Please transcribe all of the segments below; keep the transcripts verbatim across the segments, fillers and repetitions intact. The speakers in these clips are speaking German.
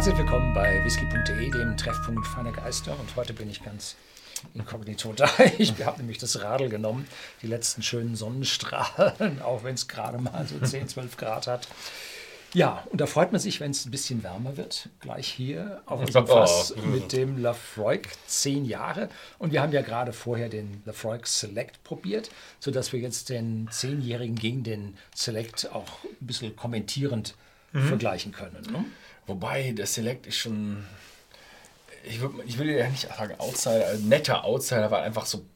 Herzlich willkommen bei whisky punkt de, dem Treffpunkt feiner Geister. Und heute bin ich ganz inkognito da. Ich habe nämlich das Radl genommen, die letzten schönen Sonnenstrahlen, auch wenn es gerade mal so zehn, zwölf Grad hat. Ja, und da freut man sich, wenn es ein bisschen wärmer wird, gleich hier auf unserem Fass oh. mit dem Laphroaig, zehn Jahre. Und wir haben ja gerade vorher den Laphroaig Select probiert, sodass wir jetzt den zehnjährigen gegen den Select auch ein bisschen kommentierend mhm. vergleichen können. Ne? Wobei, der Select ist schon, ich würde ich würd ja nicht sagen Outsider, also netter Outsider, weil einfach so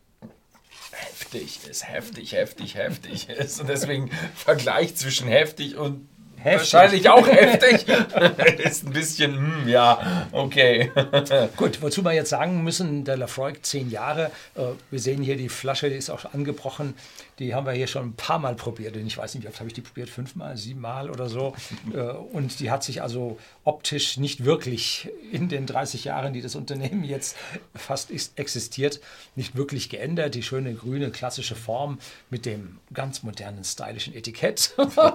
heftig ist, heftig, heftig, heftig ist. Und deswegen Vergleich zwischen heftig und heftig. Wahrscheinlich auch heftig. Ist ein bisschen, hm, ja, okay. Gut, wozu wir jetzt sagen müssen, der Laphroaig zehn Jahre, äh, wir sehen hier die Flasche, die ist auch angebrochen, die haben wir hier schon ein paar Mal probiert. Und ich weiß nicht, wie oft habe ich die probiert, fünfmal, siebenmal oder so. äh, und die hat sich also optisch nicht wirklich in den dreißig Jahren, die das Unternehmen jetzt fast ist, existiert, nicht wirklich geändert. Die schöne grüne klassische Form mit dem ganz modernen, stylischen Etikett.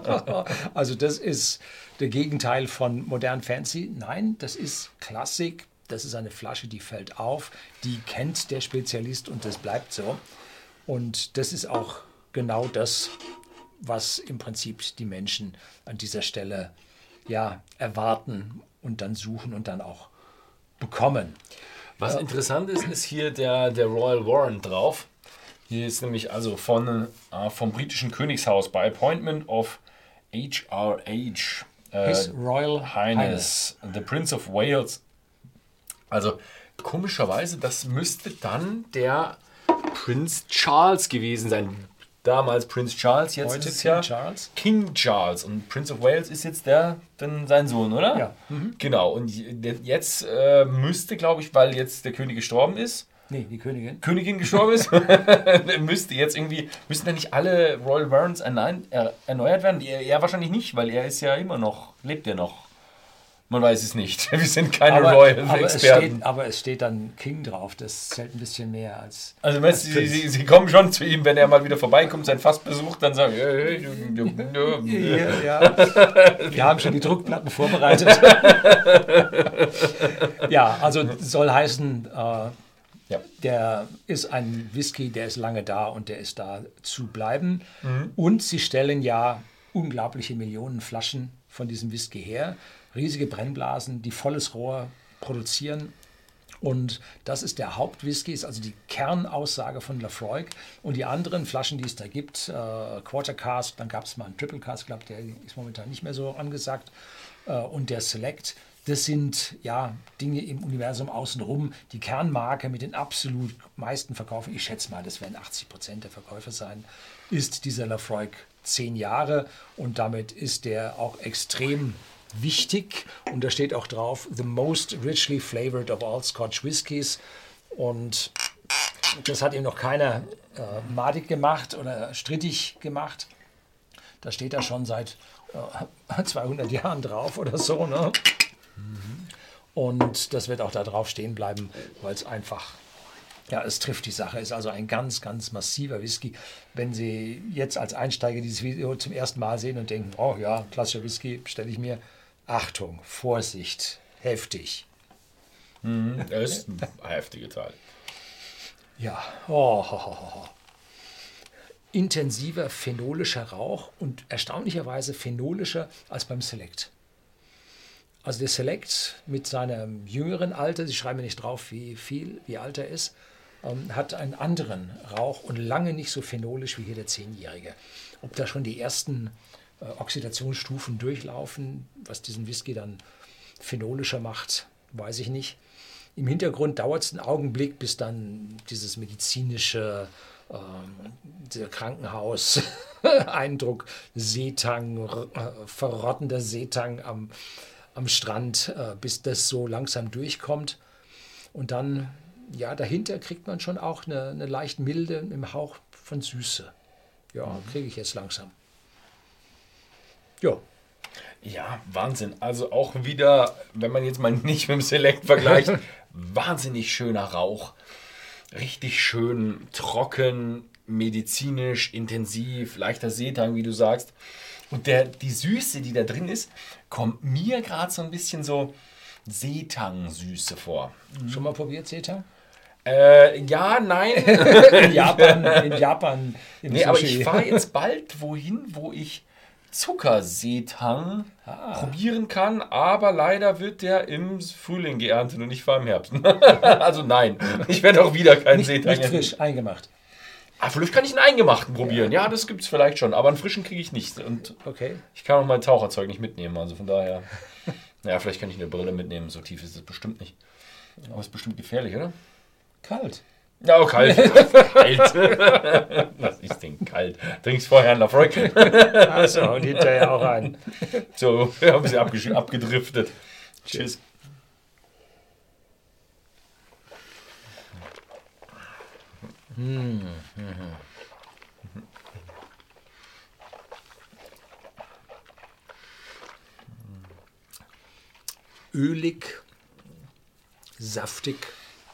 Also das Das ist der Gegenteil von modern fancy. Nein, das ist Klassik. Das ist eine Flasche, die fällt auf. Die kennt der Spezialist und das bleibt so. Und das ist auch genau das, was im Prinzip die Menschen an dieser Stelle ja, erwarten und dann suchen und dann auch bekommen. Was äh, interessant ist, ist hier der, der Royal Warrant drauf. Hier ist nämlich also von, äh, vom britischen Königshaus by Appointment of H R H, äh, His Royal Highness, the Prince of Wales. Also komischerweise, das müsste dann der Prinz Charles gewesen sein. Damals Prinz Charles, jetzt Heute ist es King ja Charles. King Charles. Und Prince of Wales ist jetzt der, dann sein Sohn, oder? Ja. Mhm. Genau, und jetzt äh, müsste, glaube ich, weil jetzt der König gestorben ist, Nee, die Königin. Königin gestorben ist, müsste jetzt irgendwie, müssten ja nicht alle Royal Warrants erneuert werden? Er wahrscheinlich nicht, weil er ist ja immer noch, lebt er noch. Man weiß es nicht. Wir sind keine aber, Royal aber Experten. Es steht, aber es steht dann King drauf, das zählt ein bisschen mehr als... Also meinst du, sie, sie, sie kommen schon zu ihm, wenn er mal wieder vorbeikommt, sein Fass besucht, dann sagen hey, ja, ja. Wir haben schon die Druckplatten vorbereitet. Ja, also soll heißen... Äh, Ja. Der ist ein Whisky, der ist lange da und der ist da zu bleiben. Mhm. Und sie stellen ja unglaubliche Millionen Flaschen von diesem Whisky her. Riesige Brennblasen, die volles Rohr produzieren. Und das ist der Hauptwhisky, ist also die Kernaussage von Laphroaig. Und die anderen Flaschen, die es da gibt, äh, Quarter Cask, dann gab es mal einen Triple Cask, glaube der ist momentan nicht mehr so angesagt. Äh, und der Select. Das sind ja Dinge im Universum außenrum. Die Kernmarke mit den absolut meisten Verkäufen, ich schätze mal, das werden achtzig Prozent der Verkäufer sein, ist dieser Laphroaig zehn Jahre. Und damit ist der auch extrem wichtig. Und da steht auch drauf, the most richly flavored of all Scotch Whiskies. Und das hat ihm noch keiner äh, madig gemacht oder strittig gemacht. Da steht er schon seit äh, zweihundert Jahren drauf oder so, ne? Und das wird auch da drauf stehen bleiben, weil es einfach, ja, es trifft die Sache. Ist also ein ganz, ganz massiver Whisky. Wenn Sie jetzt als Einsteiger dieses Video zum ersten Mal sehen und denken, oh ja, klassischer Whisky, bestelle ich mir. Achtung, Vorsicht, heftig. Mhm, das ist ein heftiger Teil. Ja, oh, ho, ho, ho. Intensiver phenolischer Rauch und erstaunlicherweise phenolischer als beim Select. Also der Select mit seinem jüngeren Alter, Sie schreiben mir nicht drauf, wie viel, wie alt er ist, ähm, hat einen anderen Rauch und lange nicht so phenolisch wie hier der zehnjährige. Ob da schon die ersten äh, Oxidationsstufen durchlaufen, was diesen Whisky dann phenolischer macht, weiß ich nicht. Im Hintergrund dauert es einen Augenblick, bis dann dieses medizinische, ähm, dieser Krankenhaus-Eindruck, Seetang, äh, verrottender Seetang am am Strand, äh, bis das so langsam durchkommt. Und dann, ja, dahinter kriegt man schon auch eine, eine leicht milde im Hauch von Süße. Ja, mhm. kriege ich jetzt langsam. Ja. Ja, Wahnsinn. Also auch wieder, wenn man jetzt mal nicht mit dem Select vergleicht, wahnsinnig schöner Rauch. Richtig schön trocken, medizinisch, intensiv, leichter Seetang, wie du sagst. Und der, die Süße, die da drin ist, kommt mir gerade so ein bisschen so Seetang-Süße vor. Schon mal probiert, Seetang? Äh, ja, nein. in Japan, in Japan. Im nee, aber Sushi. ich fahre jetzt bald wohin, wo ich Zuckerseetang ah. probieren kann, aber leider wird der im Frühling geerntet und ich fahre im Herbst. Also nein, ich werde auch wieder keinen nicht, Seetang nicht frisch, eingemacht. Ah, vielleicht kann ich einen eingemachten probieren. Ja, ja das gibt es vielleicht schon, aber einen frischen kriege ich nicht. Und okay. Ich kann auch mein Taucherzeug nicht mitnehmen, also von daher. Ja, vielleicht kann ich eine Brille mitnehmen, so tief ist es bestimmt nicht. Aber es ist bestimmt gefährlich, oder? Kalt. Ja, oh, kalt. Kalt. Was ist denn kalt? Trinkst vorher einen Lafroig. Achso, und hinterher auch einen. So, wir haben sie abgesch- abgedriftet. Tschüss. Hm. Ölig, saftig,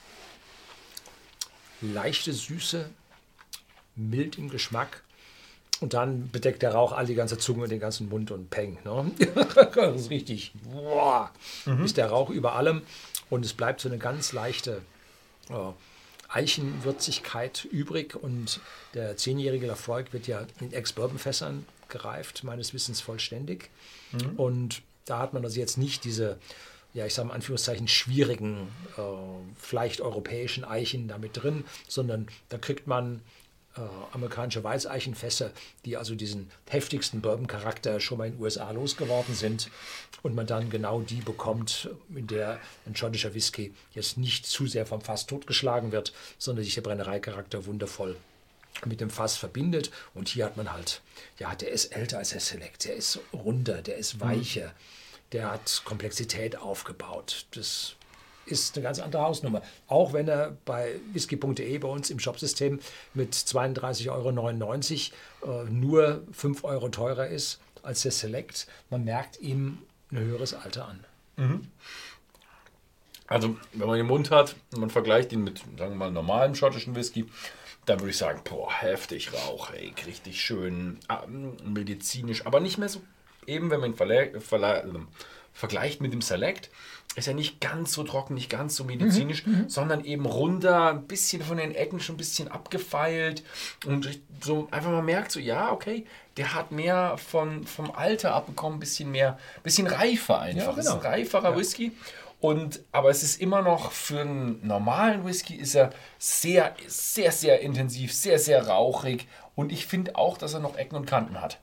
leichte Süße, mild im Geschmack und dann bedeckt der Rauch all die ganze Zunge und den ganzen Mund und Peng. Ne? Das ist richtig. Boah, mhm. Ist der Rauch über allem und es bleibt so eine ganz leichte oh, Eichenwürzigkeit übrig und der zehnjährige Lafroig wird ja in Ex-Bourbon-Fässern gereift, meines Wissens vollständig. Mhm. Und da hat man also jetzt nicht diese, ja, ich sage mal in Anführungszeichen, schwierigen, äh, vielleicht europäischen Eichen damit drin, sondern da kriegt man äh, amerikanische Weißeichenfässer, die also diesen heftigsten Bourbon-Charakter schon mal in den U S A losgeworden sind und man dann genau die bekommt, in der ein schottischer Whisky jetzt nicht zu sehr vom Fass totgeschlagen wird, sondern sich der Brennereicharakter wundervoll mit dem Fass verbindet. Und hier hat man halt, ja, der ist älter als der Select, der ist runder, der ist weicher, mhm. der hat Komplexität aufgebaut. Das ist eine ganz andere Hausnummer. Auch wenn er bei whisky punkt de bei uns im Shopsystem mit zweiunddreißig Euro neunundneunzig äh, nur fünf Euro teurer ist als der Select. Man merkt ihm ein höheres Alter an. Mhm. Also, wenn man den Mund hat und man vergleicht ihn mit, sagen wir mal, normalem schottischen Whisky, dann würde ich sagen, boah, heftig rauchig, richtig schön ähm, medizinisch, aber nicht mehr so, eben wenn man ihn verle- verle- äh, vergleicht mit dem Select, ist er nicht ganz so trocken, nicht ganz so medizinisch, mhm, sondern eben runder, ein bisschen von den Ecken schon ein bisschen abgefeilt und so einfach mal merkt, so ja, okay, der hat mehr von, vom Alter abbekommen, ein bisschen mehr, ein bisschen reifer einfach. Ja, genau. Es ist ein reiferer ja. Whisky. Und, aber es ist immer noch für einen normalen Whisky ist er sehr, sehr, sehr intensiv, sehr, sehr rauchig. Und ich finde auch, dass er noch Ecken und Kanten hat.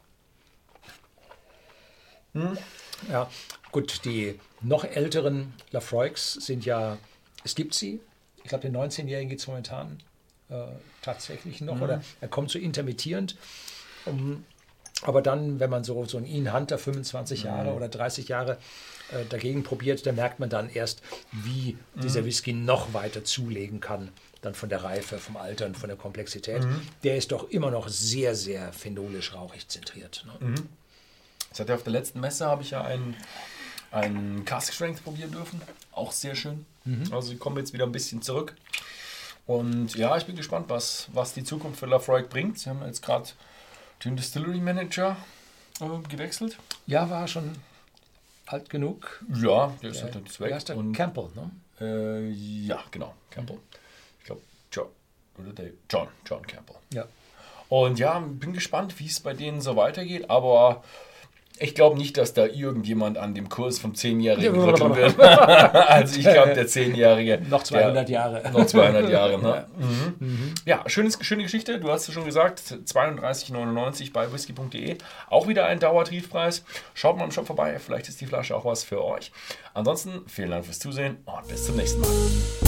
Hm? Ja, gut, die noch älteren Lafroigs sind ja, es gibt sie. Ich glaube, den neunzehnjährigen gibt es momentan äh, tatsächlich noch. Mhm. Oder er kommt so intermittierend. Um, aber dann, wenn man so, so einen Ian Hunter fünfundzwanzig mhm. Jahre oder dreißig Jahre äh, dagegen probiert, da merkt man dann erst, wie mhm. dieser Whisky noch weiter zulegen kann, dann von der Reife, vom Alter und von der Komplexität. Mhm. Der ist doch immer noch sehr, sehr phenolisch rauchig zentriert. Ne? Mhm. Das hat ja auf der letzten Messe, habe ich ja einen, einen Cask Strength probieren dürfen. Auch sehr schön. Mhm. Also ich komme jetzt wieder ein bisschen zurück. Und ja, ich bin gespannt, was, was die Zukunft für Lafroig bringt. Sie haben jetzt gerade den Distillery Manager äh, gewechselt. Ja, war schon alt genug. Ja, der ist halt jetzt weg. Der ist der Campbell, ne? Äh, ja, genau, Campbell. Ich glaube, John, oder Dave? John, John Campbell. Ja. Und ja, bin gespannt, wie es bei denen so weitergeht, aber ich glaube nicht, dass da irgendjemand an dem Kurs vom zehnjährigen rütteln wird. Also ich glaube, der zehnjährige... Noch zweihundert Jahre. Noch zweihundert Jahre, ne? Ja, mhm. Mhm. Ja, schönes, schöne Geschichte. Du hast es schon gesagt, zweiunddreißig neunundneunzig bei whisky punkt de. Auch wieder ein Dauertriefpreis. Schaut mal im Shop vorbei, vielleicht ist die Flasche auch was für euch. Ansonsten vielen Dank fürs Zusehen und bis zum nächsten Mal.